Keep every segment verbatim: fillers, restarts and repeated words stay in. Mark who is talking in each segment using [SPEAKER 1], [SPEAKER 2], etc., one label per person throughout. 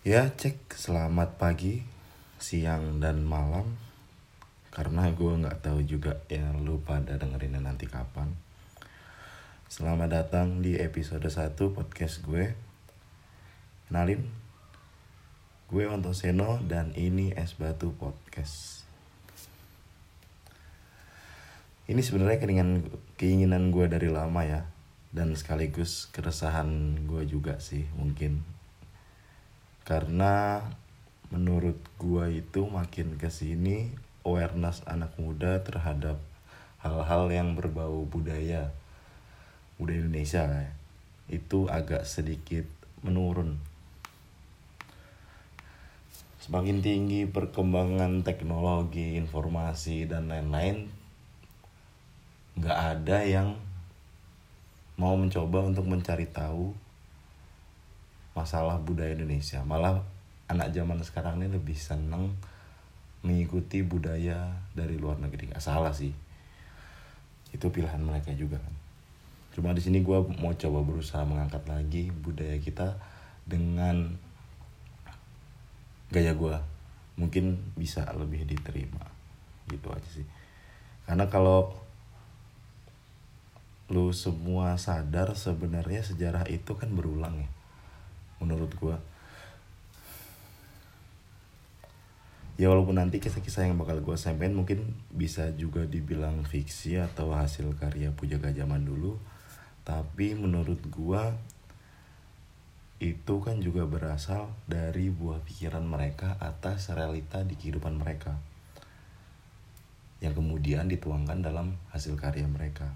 [SPEAKER 1] Ya cek selamat pagi, siang dan malam. Karena gue gak tahu juga ya lu pada dengerinnya nanti kapan. Selamat datang di episode satu podcast gue. Kenalin, gue Ontoseno dan ini Es Batu Podcast. Ini sebenarnya keinginan, keinginan gue dari lama ya. Dan sekaligus keresahan gue juga sih mungkin. Karena menurut gua itu makin kesini awareness anak muda terhadap hal-hal yang berbau budaya budaya Indonesia ya, itu agak sedikit menurun. Semakin tinggi perkembangan teknologi, informasi dan lain-lain, gak ada yang mau mencoba untuk mencari tahu masalah budaya Indonesia. Malah anak zaman sekarang ini lebih seneng mengikuti budaya dari luar negeri. Gak salah sih, itu pilihan mereka juga kan. Cuma di sini gue mau coba berusaha mengangkat lagi budaya kita dengan gaya gue, mungkin bisa lebih diterima gitu aja sih. Karena kalau lu semua sadar sebenarnya sejarah itu kan berulang ya, menurut gue. Ya walaupun nanti kisah-kisah yang bakal gue sampein mungkin bisa juga dibilang fiksi atau hasil karya pujangga zaman dulu, tapi menurut gue itu kan juga berasal dari buah pikiran mereka atas realita di kehidupan mereka, yang kemudian dituangkan dalam hasil karya mereka.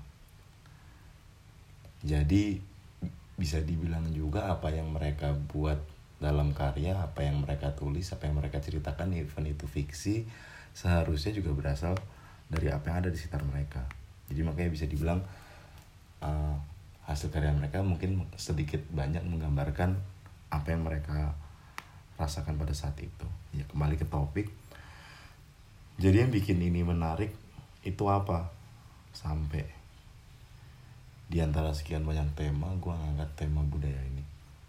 [SPEAKER 1] Jadi bisa dibilang juga apa yang mereka buat dalam karya, apa yang mereka tulis, apa yang mereka ceritakan, even itu fiksi, seharusnya juga berasal dari apa yang ada di sekitar mereka. Jadi makanya bisa dibilang uh, hasil karya mereka mungkin sedikit banyak menggambarkan apa yang mereka rasakan pada saat itu. Ya kembali ke topik. Jadi yang bikin ini menarik itu apa? Sampai di antara sekian banyak tema, gue ngangkat tema budaya ini.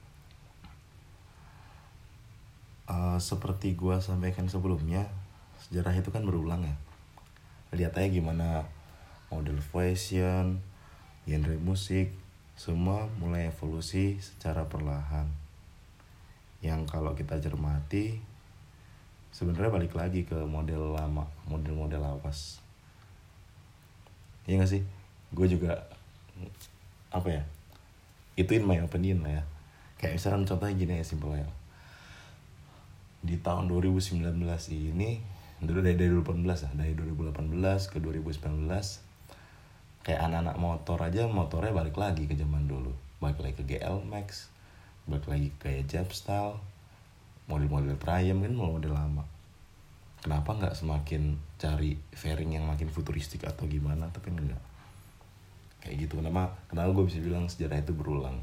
[SPEAKER 1] Uh, seperti gue sampaikan sebelumnya, sejarah itu kan berulang ya. Lihat aja gimana model fashion, genre musik, semua mulai evolusi secara perlahan. Yang kalau kita cermati, sebenarnya balik lagi ke model lama, model-model lawas. Iya gak sih? Gue juga apa ya, itu in my opinion lah ya. Kayak misalnya contohnya gini ya, simpel ya. Di tahun dua ribu sembilan belas ini, dulu dari dua ribu delapan belas lah, dari dua ribu delapan belas ke dua ribu sembilan belas, kayak anak-anak motor aja motornya balik lagi ke zaman dulu, balik lagi ke G L Max, balik lagi ke Jap Style, model-model Triumph kan model lama. Kenapa nggak semakin cari fairing yang makin futuristik atau gimana? Tapi enggak kayak gitu. Kenapa? Kenapa gue bisa bilang sejarah itu berulang?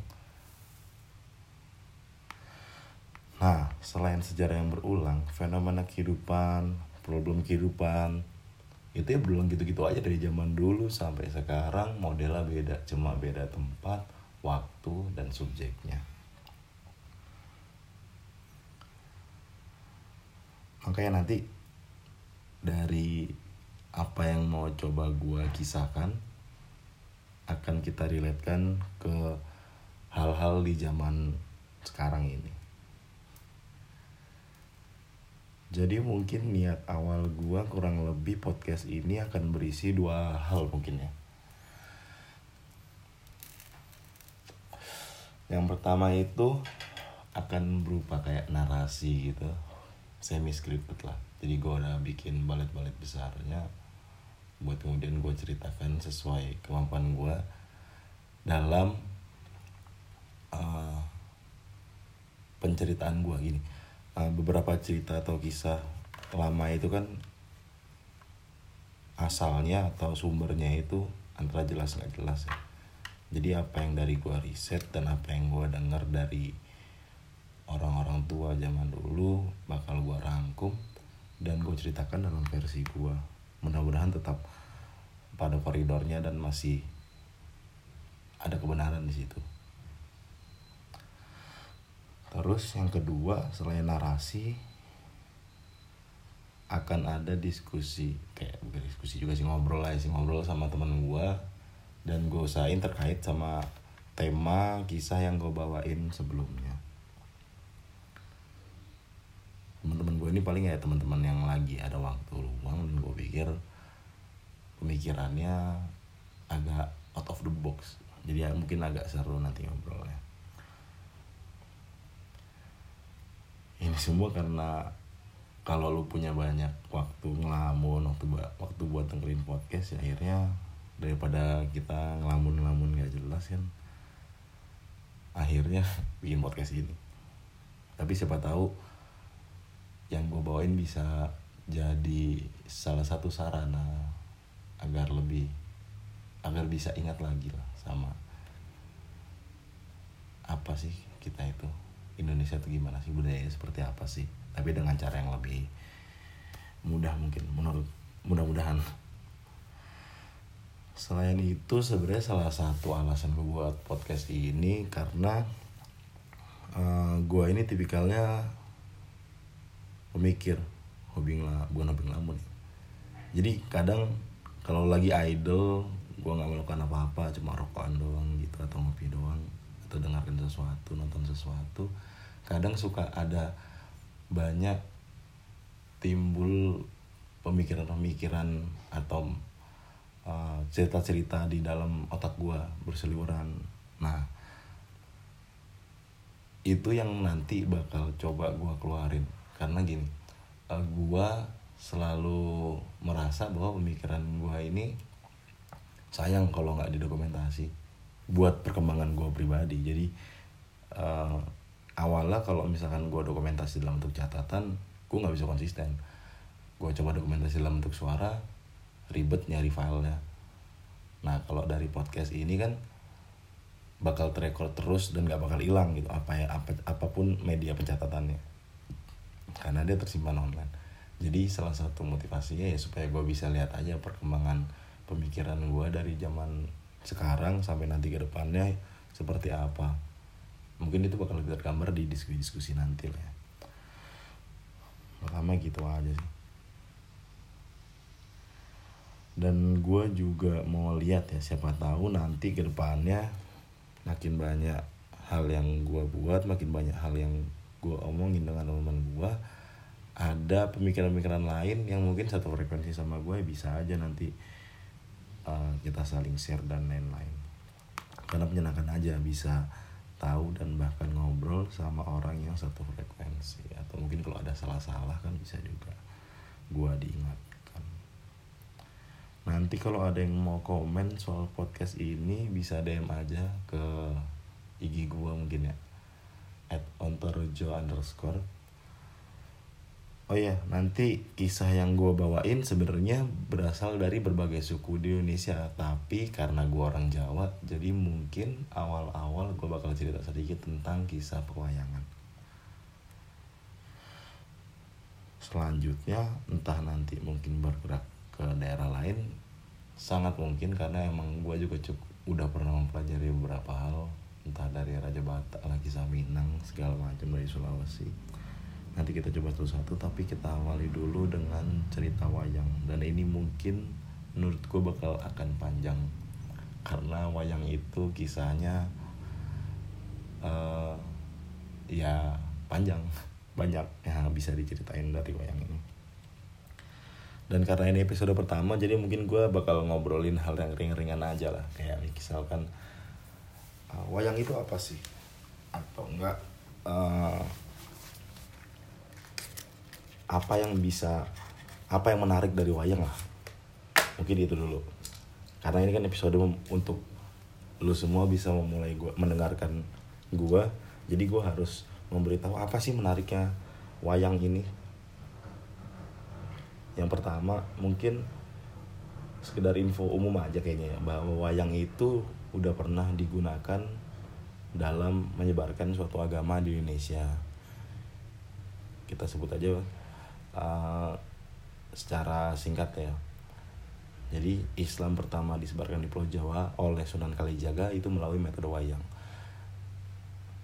[SPEAKER 1] Nah, selain sejarah yang berulang, fenomena kehidupan, problem kehidupan, itu ya berulang gitu-gitu aja dari zaman dulu sampai sekarang. Modelnya beda, cuma beda tempat, waktu, dan subjeknya. Makanya nanti dari apa yang mau coba gue kisahkan akan kita relatekan ke hal-hal di zaman sekarang ini. Jadi mungkin niat awal gue kurang lebih podcast ini akan berisi dua hal mungkin ya. Yang pertama itu akan berupa kayak narasi gitu, semi scripted lah. Jadi gue udah bikin balet-balet besarnya buat kemudian gue ceritakan sesuai kemampuan gue dalam uh, penceritaan gue gini. Uh, beberapa cerita atau kisah lama itu kan asalnya atau sumbernya itu antara jelas nggak jelas ya. Jadi apa yang dari gue riset dan apa yang gue dengar dari orang-orang tua zaman dulu bakal gue rangkum dan gue ceritakan dalam versi gue. Mudah-mudahan tetap pada koridornya dan masih ada kebenaran di situ. Terus yang kedua, selain narasi akan ada diskusi, kayak bukan diskusi juga sih, ngobrol aja sih, ngobrol sama teman gue. Dan gue usahain terkait sama tema kisah yang gue bawain sebelumnya. Teman-teman gue ini paling ya teman-teman yang lagi ada waktu luang, dan gue pikir pemikirannya agak out of the box, jadi ya mungkin agak seru nanti ngobrolnya. Ini semua karena kalau lu punya banyak waktu ngelamun, waktu waktu buat dengerin podcast, ya akhirnya daripada kita ngelamun-ngelamun gak jelas kan, akhirnya bikin podcast ini. Tapi siapa tahu yang gue bawain bisa jadi salah satu sarana agar lebih agar bisa ingat lagi lah sama apa sih kita itu, Indonesia itu gimana sih, budayanya seperti apa sih, tapi dengan cara yang lebih mudah mungkin menurut mudah-mudahan. Selain itu sebenarnya salah satu alasan gue buat podcast ini karena uh, gue ini tipikalnya pemikir, hobi ngelamun, bukan hobi ngelamun. Jadi kadang kalau lagi idle, gue nggak melakukan apa-apa, cuma rokokan doang gitu, atau ngopi doang, atau dengerin sesuatu, nonton sesuatu. Kadang suka ada banyak timbul pemikiran-pemikiran atau uh, cerita-cerita di dalam otak gue berseliweran. Nah, itu yang nanti bakal coba gue keluarin. Karena gini, uh, gue selalu merasa bahwa pemikiran gue ini sayang kalau nggak didokumentasi buat perkembangan gue pribadi. Jadi uh, awalnya kalau misalkan gue dokumentasi dalam bentuk catatan, gue nggak bisa konsisten. Gue coba dokumentasi dalam bentuk suara, ribet nyari filenya. Nah kalau dari podcast ini kan bakal terrecord terus dan nggak bakal hilang gitu, apa ya apa apapun media pencatatannya, karena dia tersimpan online. Jadi salah satu motivasinya ya supaya gue bisa lihat aja perkembangan pemikiran gue dari zaman sekarang sampai nanti ke depannya seperti apa. Mungkin itu bakal lebih tergambar di diskusi-diskusi nanti lah ya. Pertama gitu aja sih. Dan gue juga mau lihat ya, siapa tahu nanti ke depannya makin banyak hal yang gue buat, makin banyak hal yang gue omongin dengan teman-teman gue, ada pemikiran-pemikiran lain yang mungkin satu frekuensi sama gue, bisa aja nanti uh, kita saling share dan lain-lain. Karena menyenangkan aja bisa tahu dan bahkan ngobrol sama orang yang satu frekuensi. Atau mungkin kalau ada salah-salah kan bisa juga gue diingatkan. Nanti kalau ada yang mau komen soal podcast ini bisa D M aja ke I G gue mungkin ya, at ontorojo underscore. Oh iya, nanti kisah yang gue bawain sebenarnya berasal dari berbagai suku di Indonesia, tapi karena gue orang Jawa, jadi mungkin awal-awal gue bakal cerita sedikit tentang kisah pewayangan. Selanjutnya entah nanti mungkin bergerak ke daerah lain, sangat mungkin karena emang gue juga cukup udah pernah mempelajari beberapa hal, entah dari Raja Batak, Kisah Minang, segala macam dari Sulawesi. Nanti kita coba satu-satu, tapi kita awali dulu dengan cerita wayang. Dan ini mungkin menurut gue bakal akan panjang, karena wayang itu kisahnya uh, ya panjang, banyak yang bisa diceritain dari wayang ini. Dan karena ini episode pertama, jadi mungkin gue bakal ngobrolin hal yang ringan-ringan aja lah. Kayak misalkan uh, wayang itu apa sih? Atau enggak uh, apa yang bisa, apa yang menarik dari wayang lah. Mungkin itu dulu. Karena ini kan episode untuk lu semua bisa memulai gua mendengarkan gua. Jadi gua harus memberitahu apa sih menariknya wayang ini. Yang pertama mungkin sekedar info umum aja kayaknya ya, bahwa wayang itu udah pernah digunakan dalam menyebarkan suatu agama di Indonesia. Kita sebut aja Uh, secara singkat ya. Jadi Islam pertama disebarkan di Pulau Jawa oleh Sunan Kalijaga itu melalui metode wayang.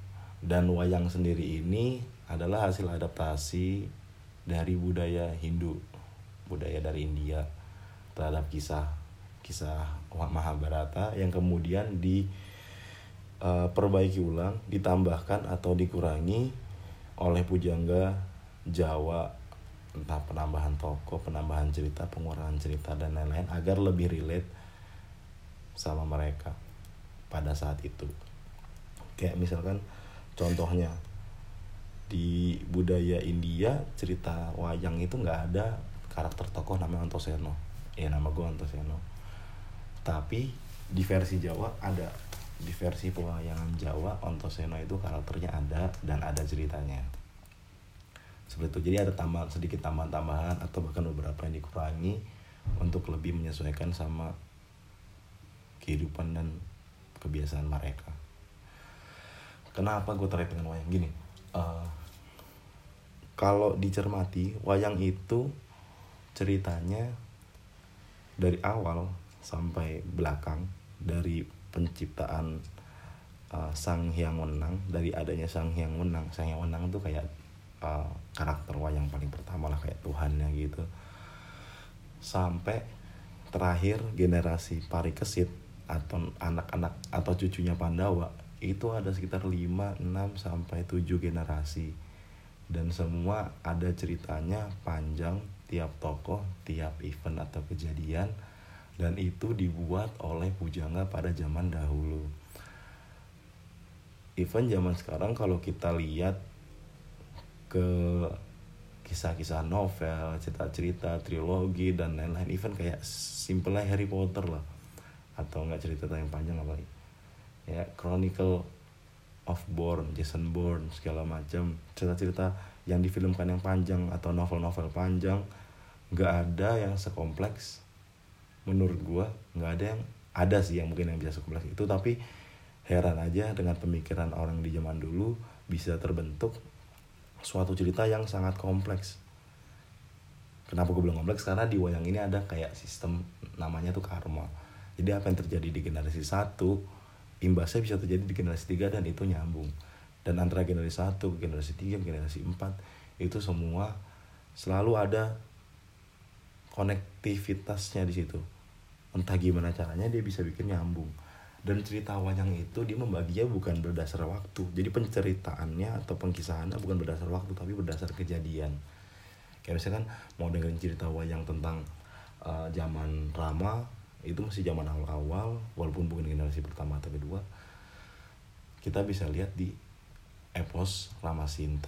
[SPEAKER 1] Dan wayang sendiri ini adalah hasil adaptasi dari budaya Hindu, budaya dari India terhadap kisah kisah Mahabharata yang kemudian diperbaiki uh, ulang, ditambahkan atau dikurangi oleh pujangga Jawa, entah penambahan tokoh, penambahan cerita, pengurangan cerita dan lain-lain agar lebih relate sama mereka pada saat itu. Kayak misalkan contohnya di budaya India cerita wayang itu nggak ada karakter tokoh namanya Antoséno. Ya nama gue Antoséno. Tapi di versi Jawa ada, di versi pewayangan Jawa Antoséno itu karakternya ada dan ada ceritanya. Seperti itu. Jadi ada tambahan, sedikit tambahan-tambahan atau bahkan beberapa yang dikurangi untuk lebih menyesuaikan sama kehidupan dan kebiasaan mereka. Kenapa gue tertarik dengan wayang gini? Uh, kalau dicermati, wayang itu ceritanya dari awal sampai belakang, dari penciptaan uh, Sang Hyang Wenang, dari adanya Sang Hyang Wenang. Sang Hyang Wenang itu kayak uh, karakter wayang paling pertama lah, kayak Tuhannya gitu. Sampai terakhir generasi Parikesit atau anak-anak atau cucunya Pandawa itu ada sekitar lima, enam sampai tujuh generasi. Dan semua ada ceritanya panjang, tiap tokoh, tiap event atau kejadian, dan itu dibuat oleh pujangga pada zaman dahulu. Even zaman sekarang kalau kita lihat ke kisah-kisah novel, cerita-cerita, trilogi dan lain-lain, even kayak simpelnya Harry Potter lah, atau enggak cerita yang panjang apa lagi ya, Chronicle of Bourne, Jason Bourne, segala macam cerita-cerita yang difilmkan yang panjang atau novel-novel panjang, nggak ada yang sekompleks menurut gua. Nggak ada yang, ada sih yang mungkin yang bisa sekompleks itu, tapi heran aja dengan pemikiran orang di zaman dulu bisa terbentuk suatu cerita yang sangat kompleks. Kenapa gue bilang kompleks? Karena di wayang ini ada kayak sistem namanya tuh karma. Jadi apa yang terjadi di generasi satu, imbasnya bisa terjadi di generasi tiga dan itu nyambung. Dan antara generasi satu, generasi tiga, generasi empat itu semua selalu ada konektivitasnya di situ. Entah gimana caranya dia bisa bikin nyambung. Dan cerita wayang itu dia membaginya bukan berdasar waktu. Jadi penceritaannya atau pengkisahannya bukan berdasar waktu, tapi berdasar kejadian. Kayak misalkan mau dengerin cerita wayang tentang uh, zaman Rama, itu masih zaman awal-awal, walaupun bukan generasi pertama atau kedua, kita bisa lihat di epos Ramasinta.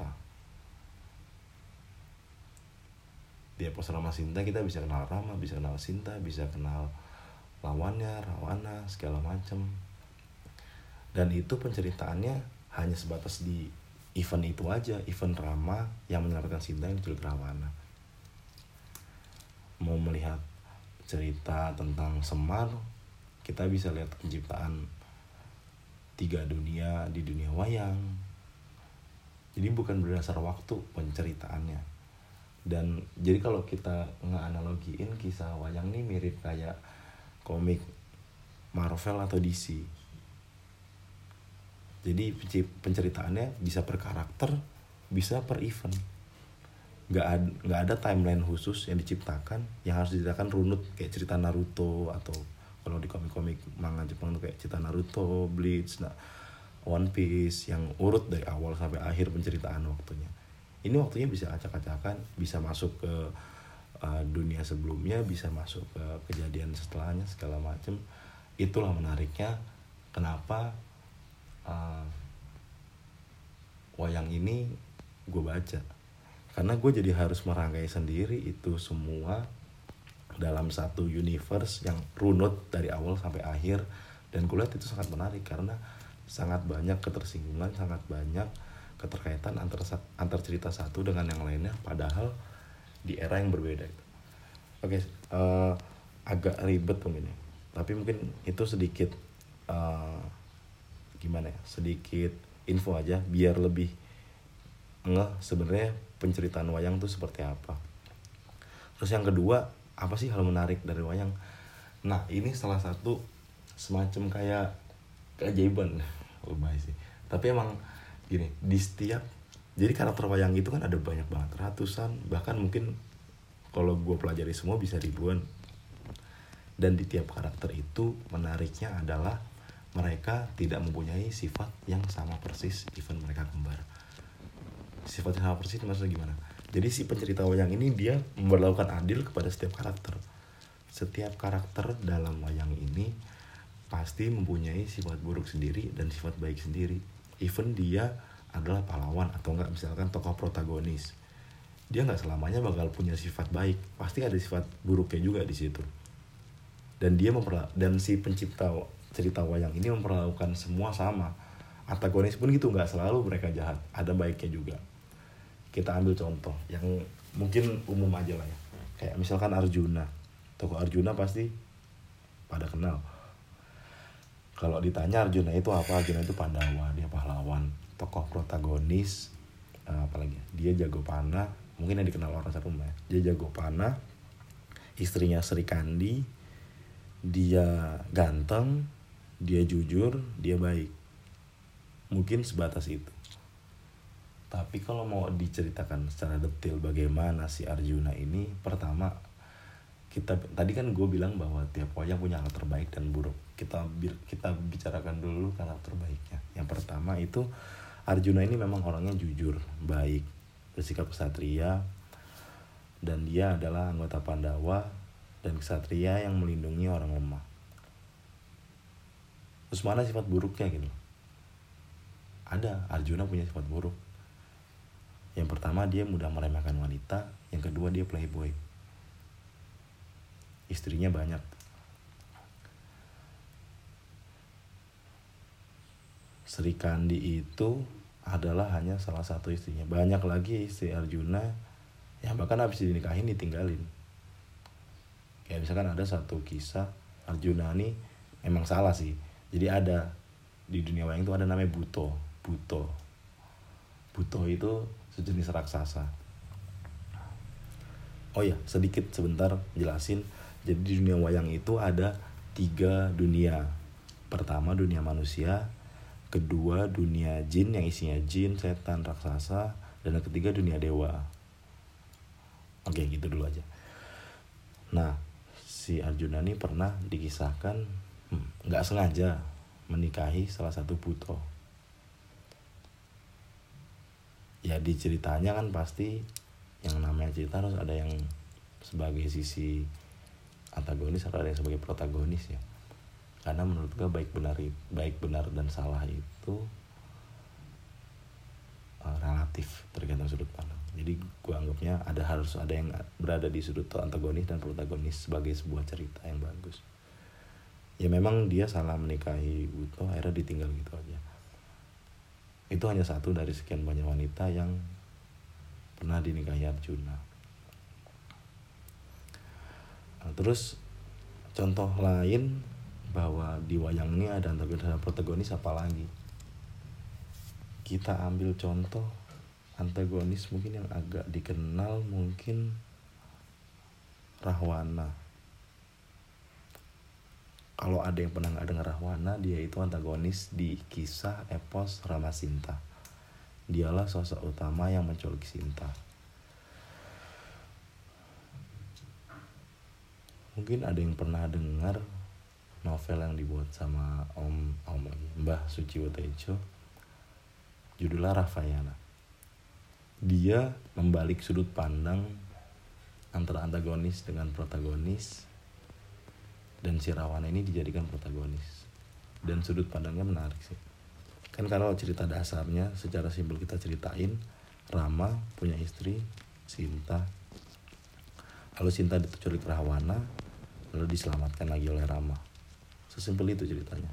[SPEAKER 1] Di epos Ramasinta kita bisa kenal Rama, bisa kenal Sinta, bisa kenal lawannya, Rawana, segala macam. Dan itu penceritaannya hanya sebatas di event itu aja, event Rama yang menyelamatkan Sinta yang diculik Rawana. Mau melihat cerita tentang Semar, kita bisa lihat penciptaan tiga dunia di dunia wayang. Jadi bukan berdasar waktu penceritaannya. Dan jadi kalau kita ngeanalogiin kisah wayang ini mirip kayak komik Marvel atau D C. Jadi penceritaannya bisa per karakter, bisa per event. Nggak ada, nggak ada timeline khusus yang diciptakan yang harus diceritakan runut kayak cerita Naruto, atau kalau di komik-komik manga Jepang tuh kayak cerita Naruto, Bleach, nah, One Piece yang urut dari awal sampai akhir penceritaan waktunya. Ini waktunya bisa acak-acakan, bisa masuk ke uh, dunia sebelumnya, bisa masuk ke kejadian setelahnya, segala macam. Itulah menariknya kenapa uh, wayang ini gue baca. Karena gue jadi harus merangkai sendiri itu semua dalam satu universe yang runut dari awal sampai akhir. Dan gue lihat itu sangat menarik karena sangat banyak ketersinggungan, sangat banyak keterkaitan antar, antar cerita satu dengan yang lainnya, padahal di era yang berbeda. Oke, uh, agak ribet mungkin ya, tapi mungkin itu sedikit uh, gimana ya, sedikit info aja biar lebih ngeh sebenarnya penceritaan wayang tuh seperti apa. Terus yang kedua, apa sih hal menarik dari wayang? Nah, ini salah satu semacam kayak keajaiban, lebay sih. Tapi emang gini, di setiap, jadi karakter wayang itu kan ada banyak banget, ratusan, bahkan mungkin kalau gue pelajari semua bisa ribuan. Dan di tiap karakter itu menariknya adalah mereka tidak mempunyai sifat yang sama persis even mereka kembar. Sifat yang sama persis maksudnya gimana? Jadi si pencerita wayang ini dia memperlakukan adil kepada setiap karakter. Setiap karakter dalam wayang ini pasti mempunyai sifat buruk sendiri dan sifat baik sendiri. Even dia adalah pahlawan atau enggak misalkan tokoh protagonis, dia nggak selamanya bakal punya sifat baik, pasti ada sifat buruknya juga di situ. Dan dia memperla- dan si pencipta cerita wayang ini memperlakukan semua sama. Antagonis pun gitu, nggak selalu mereka jahat, ada baiknya juga. Kita ambil contoh yang mungkin umum aja lah ya, kayak misalkan Arjuna. Tokoh Arjuna pasti pada kenal. Kalau ditanya Arjuna itu apa, Arjuna itu Pandawa, dia pahlawan, tokoh protagonis, apalagi dia jago panah, mungkin yang dikenal orang serumah ya. Dia jago panah, istrinya Sri Kandi, dia ganteng, dia jujur, dia baik. Mungkin sebatas itu. Tapi kalau mau diceritakan secara detail bagaimana si Arjuna ini, pertama kita tadi kan gue bilang bahwa tiap wayang punya karakter baik dan buruk. Kita kita bicarakan dulu karakter baiknya. Yang pertama itu Arjuna ini memang orangnya jujur, baik, bersikap ksatria, dan dia adalah anggota Pandawa dan ksatria yang melindungi orang lemah. Terus mana sifat buruknya gitu? Ada, Arjuna punya sifat buruk. Yang pertama dia mudah meremehkan wanita, yang kedua dia playboy. Istrinya banyak. Sri Kandi itu adalah hanya salah satu istrinya. Banyak lagi istri Arjuna yang bahkan habis dinikahin ditinggalin. Kayak misalkan ada satu kisah Arjuna ini emang salah sih. Jadi ada di dunia wayang itu ada namanya Buto. Buto. Buto itu sejenis raksasa. Oh ya, sedikit sebentar jelasin. Jadi di dunia wayang itu ada tiga dunia. Pertama dunia manusia, kedua dunia jin yang isinya jin, setan, raksasa, dan yang ketiga dunia dewa. Oke, gitu dulu aja. Nah, si Arjuna ini pernah dikisahkan hmm, gak sengaja menikahi salah satu Buto. Ya di ceritanya kan pasti yang namanya cerita harus ada yang sebagai sisi antagonis atau ada yang sebagai protagonis ya. Karena menurut gue baik benar baik benar dan salah itu uh, relatif tergantung sudut pandang. Jadi gue anggapnya ada harus ada yang berada di sudut antagonis dan protagonis sebagai sebuah cerita yang bagus. Ya memang dia salah menikahi Buto, akhirnya ditinggal gitu aja. Itu hanya satu dari sekian banyak wanita yang pernah dinikahi Arjuna. Nah, terus contoh lain bahwa di wayang ini ada antagonis dan protagonis apa lagi? Kita ambil contoh antagonis mungkin yang agak dikenal mungkin Rahwana. Kalau ada yang pernah nggak dengar Rahwana, dia itu antagonis di kisah epos Rama Sinta. Dialah sosok utama yang menculik Sinta. Mungkin ada yang pernah dengar novel yang dibuat sama Om Om lagi, Mbah Suciwo Tejo, judulnya Raffayana. Dia membalik sudut pandang antara antagonis dengan protagonis, dan si Rahwana ini dijadikan protagonis. Dan sudut pandangnya menarik sih. Kan kalau cerita dasarnya secara simpel kita ceritain, Rama punya istri Sinta. Lalu Sinta diculik Rahwana, lalu diselamatkan lagi oleh Rama. Sesimpel itu ceritanya.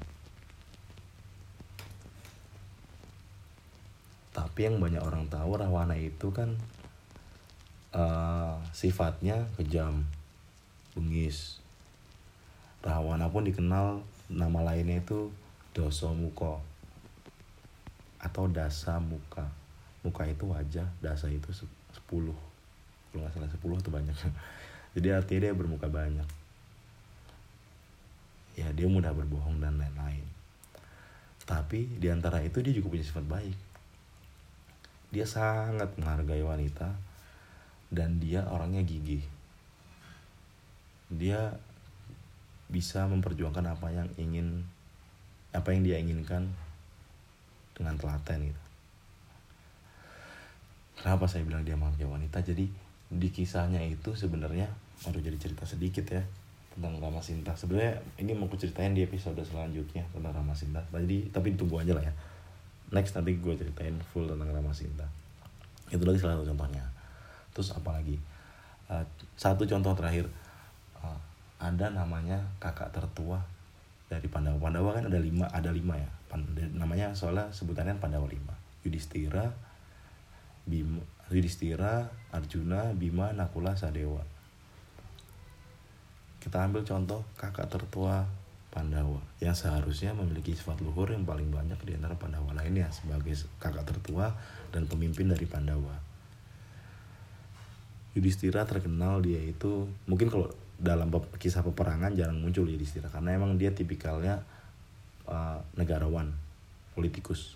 [SPEAKER 1] Tapi yang banyak orang tahu Rahwana itu kan uh, sifatnya kejam, bengis. Rahwana pun dikenal nama lainnya itu Dasamuka atau Dasa Muka. Muka itu wajah, dasa itu sepuluh. Kalau nggak salah sepuluh itu banyak. Jadi artinya dia bermuka banyak. Ya dia mudah berbohong dan lain-lain. Tapi diantara itu dia juga punya sifat baik. Dia sangat menghargai wanita dan dia orangnya gigih. Dia bisa memperjuangkan apa yang ingin apa yang dia inginkan dengan telaten gitu. Kenapa saya bilang dia menghargai wanita? Jadi di kisahnya itu sebenarnya, aduh jadi cerita sedikit ya tentang Ramasinta. Sebenarnya ini mau aku ceritain di episode selanjutnya tentang Ramasinta. Jadi tapi tunggu aja lah ya. Next nanti gue ceritain full tentang Ramasinta. Itu lagi salah satu contohnya. Terus apa lagi? Uh, satu contoh terakhir, uh, ada namanya kakak tertua dari Pandawa. Pandawa kan ada lima, ada lima ya. Pand- namanya soalnya sebutannya Pandawa lima. Yudhistira, Bima, Yudhistira, Arjuna, Bima, Nakula, Sadewa. Kita ambil contoh kakak tertua Pandawa yang seharusnya memiliki sifat luhur yang paling banyak di antara Pandawa lainnya sebagai kakak tertua dan pemimpin dari Pandawa. Yudhistira terkenal dia itu, mungkin kalau dalam kisah peperangan jarang muncul Yudhistira karena emang dia tipikalnya uh, negarawan, politikus.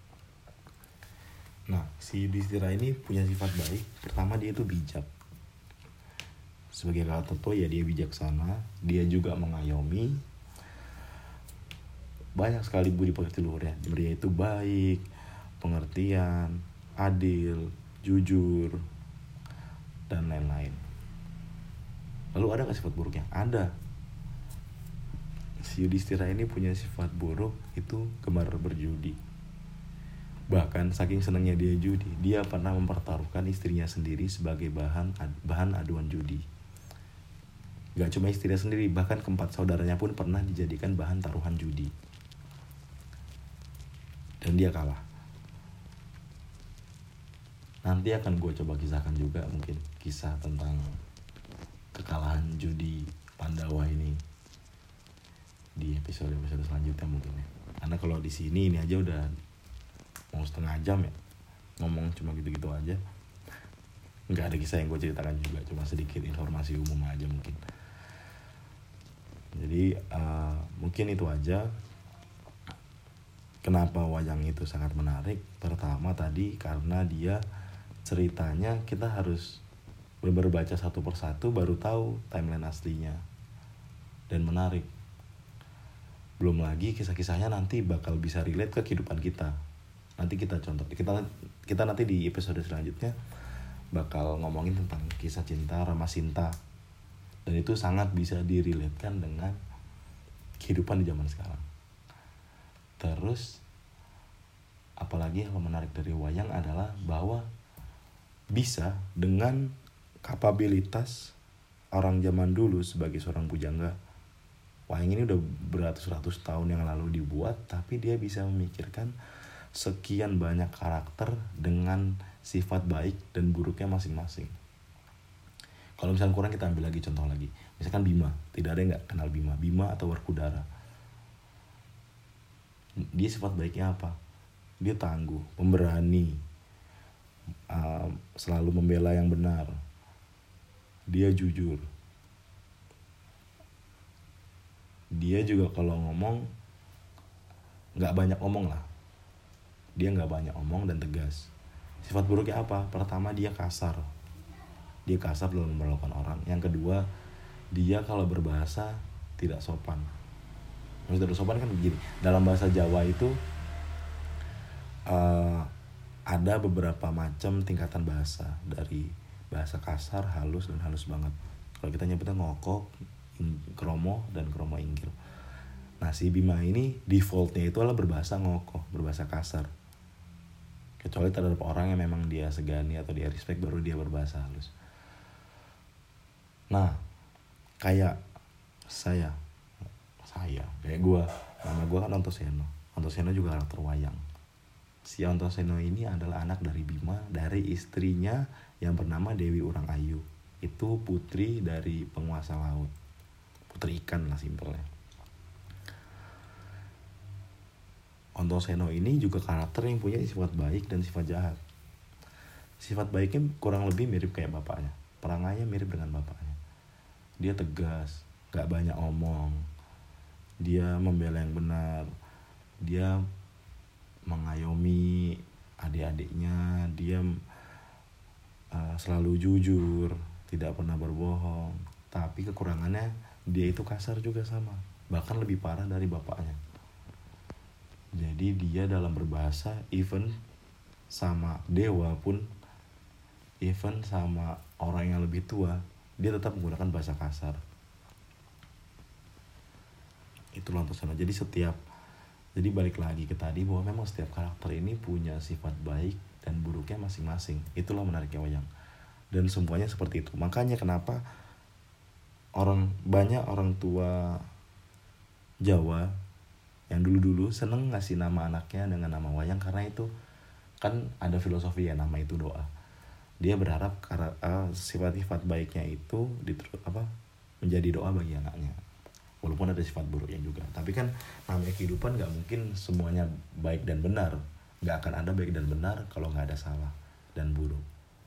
[SPEAKER 1] Nah, si Yudhistira ini punya sifat baik. Pertama, dia itu bijak. Sebagai kakak tertua ya dia bijaksana, dia juga mengayomi. Banyak sekali budi pekerti luhurnya. Dia itu baik, pengertian, adil, jujur, dan lain-lain. Lalu ada gak sifat buruknya? Ada. Si Yudhistira ini punya sifat buruk, itu gemar berjudi. Bahkan saking senangnya dia judi, dia pernah mempertaruhkan istrinya sendiri sebagai bahan bahan aduan judi. Gak cuma istrinya sendiri, bahkan keempat saudaranya pun pernah dijadikan bahan taruhan judi. Dan dia kalah. Nanti akan gue coba kisahkan juga mungkin kisah tentang kekalahan judi Pandawa ini di episode-episode selanjutnya mungkin ya. Karena kalau di sini ini aja udah mau setengah jam ya ngomong cuma gitu-gitu aja, nggak ada kisah yang gue ceritakan juga, cuma sedikit informasi umum aja mungkin. Jadi uh, mungkin itu aja kenapa wayang itu sangat menarik. Pertama tadi karena dia ceritanya kita harus benar-benar baca satu persatu baru tahu timeline aslinya, dan menarik. Belum lagi kisah-kisahnya nanti bakal bisa relate ke kehidupan kita. Nanti kita contoh, kita kita nanti di episode selanjutnya bakal ngomongin tentang kisah cinta Ramasinta, dan itu sangat bisa direlatekan dengan kehidupan di zaman sekarang. Terus apalagi yang menarik dari wayang adalah bahwa bisa dengan kapabilitas orang zaman dulu sebagai seorang pujangga, wayang ini udah beratus-ratus tahun yang lalu dibuat, tapi dia bisa memikirkan sekian banyak karakter dengan sifat baik dan buruknya masing-masing. Kalau misalnya kurang, kita ambil lagi contoh lagi. Misalkan Bima, tidak ada yang gak kenal Bima. Bima atau Werkudara. Dia sifat baiknya apa? Dia tangguh, pemberani, uh, selalu membela yang benar. Dia jujur. Dia juga kalau ngomong gak banyak omong lah. Dia gak banyak omong dan tegas. Sifat buruknya apa? Pertama, dia kasar. Dia kasar dalam memperlakukan orang. Yang kedua, dia kalau berbahasa tidak sopan. Maksudnya tidak sopan kan begini. Dalam bahasa Jawa itu uh, ada beberapa macam tingkatan bahasa. Dari bahasa kasar, halus, dan halus banget. Kalau kita nyebutnya ngokok, kromo, dan kromo inggil. Nah, si Bima ini defaultnya itu adalah berbahasa ngokok, berbahasa kasar. Kecuali terhadap orang yang memang dia segani atau dia respect, baru dia berbahasa halus. Nah, kayak saya, saya, kayak gue, nama gue kan Ontoseno. Ontoseno juga karakter wayang. Si Ontoseno ini adalah anak dari Bima, dari istrinya yang bernama Dewi Urang Ayu. Itu putri dari penguasa laut, putri ikan lah simpelnya. Ontoseno ini juga karakter yang punya sifat baik dan sifat jahat. Sifat baiknya kurang lebih mirip kayak bapaknya. Perangannya mirip dengan bapaknya. Dia tegas, gak banyak omong. Dia membela yang benar. Dia mengayomi adik-adiknya dia uh, selalu jujur, tidak pernah berbohong. Tapi kekurangannya dia itu kasar juga sama, bahkan lebih parah dari bapaknya. Jadi dia dalam berbahasa, even sama dewa pun, even sama orang yang lebih tua, dia tetap menggunakan bahasa kasar. Itulah untuk sana. Jadi setiap Jadi balik lagi ke tadi bahwa memang setiap karakter ini punya sifat baik dan buruknya masing-masing. Itulah menariknya wayang. Dan semuanya seperti itu. Makanya kenapa orang banyak orang tua Jawa yang dulu-dulu seneng ngasih nama anaknya dengan nama wayang, karena itu kan ada filosofi ya, nama itu doa. Dia berharap karena uh, sifat-sifat baiknya itu diter- apa menjadi doa bagi anaknya. Walaupun ada sifat buruknya juga. Tapi kan namanya kehidupan gak mungkin semuanya baik dan benar. Gak akan ada baik dan benar kalau gak ada salah dan buruk.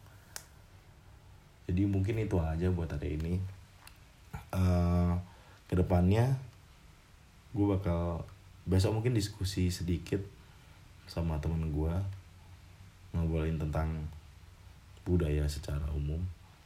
[SPEAKER 1] Jadi mungkin itu aja buat hari ini. uh, Kedepannya gue bakal besok mungkin diskusi sedikit sama temen gue, ngobrolin tentang budaya secara umum.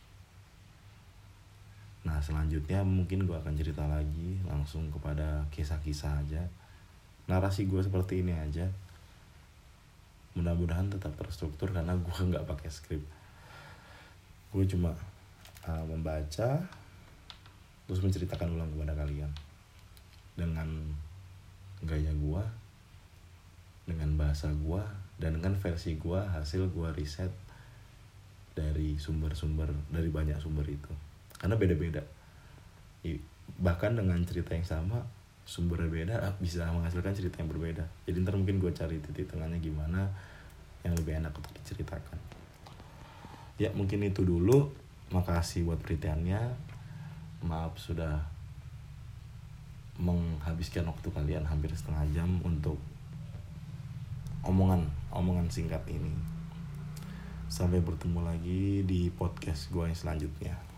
[SPEAKER 1] Nah selanjutnya mungkin gue akan cerita lagi langsung kepada kisah-kisah aja. Narasi gue seperti ini aja. Mudah-mudahan tetap terstruktur karena gue gak pakai skrip. Gue cuma uh, membaca terus menceritakan ulang kepada kalian dengan gaya gue, dengan bahasa gue, dan dengan versi gue, hasil gue riset dari sumber-sumber, dari banyak sumber itu. Karena beda-beda. Bahkan dengan cerita yang sama, sumbernya beda, bisa menghasilkan cerita yang berbeda. Jadi ntar mungkin gue cari titik tengahnya gimana yang lebih enak untuk diceritakan. Ya mungkin itu dulu. Makasih buat perhatiannya. Maaf sudah menghabiskan waktu kalian hampir setengah jam untuk omongan omongan singkat ini. Sampai bertemu lagi di podcast gue yang selanjutnya.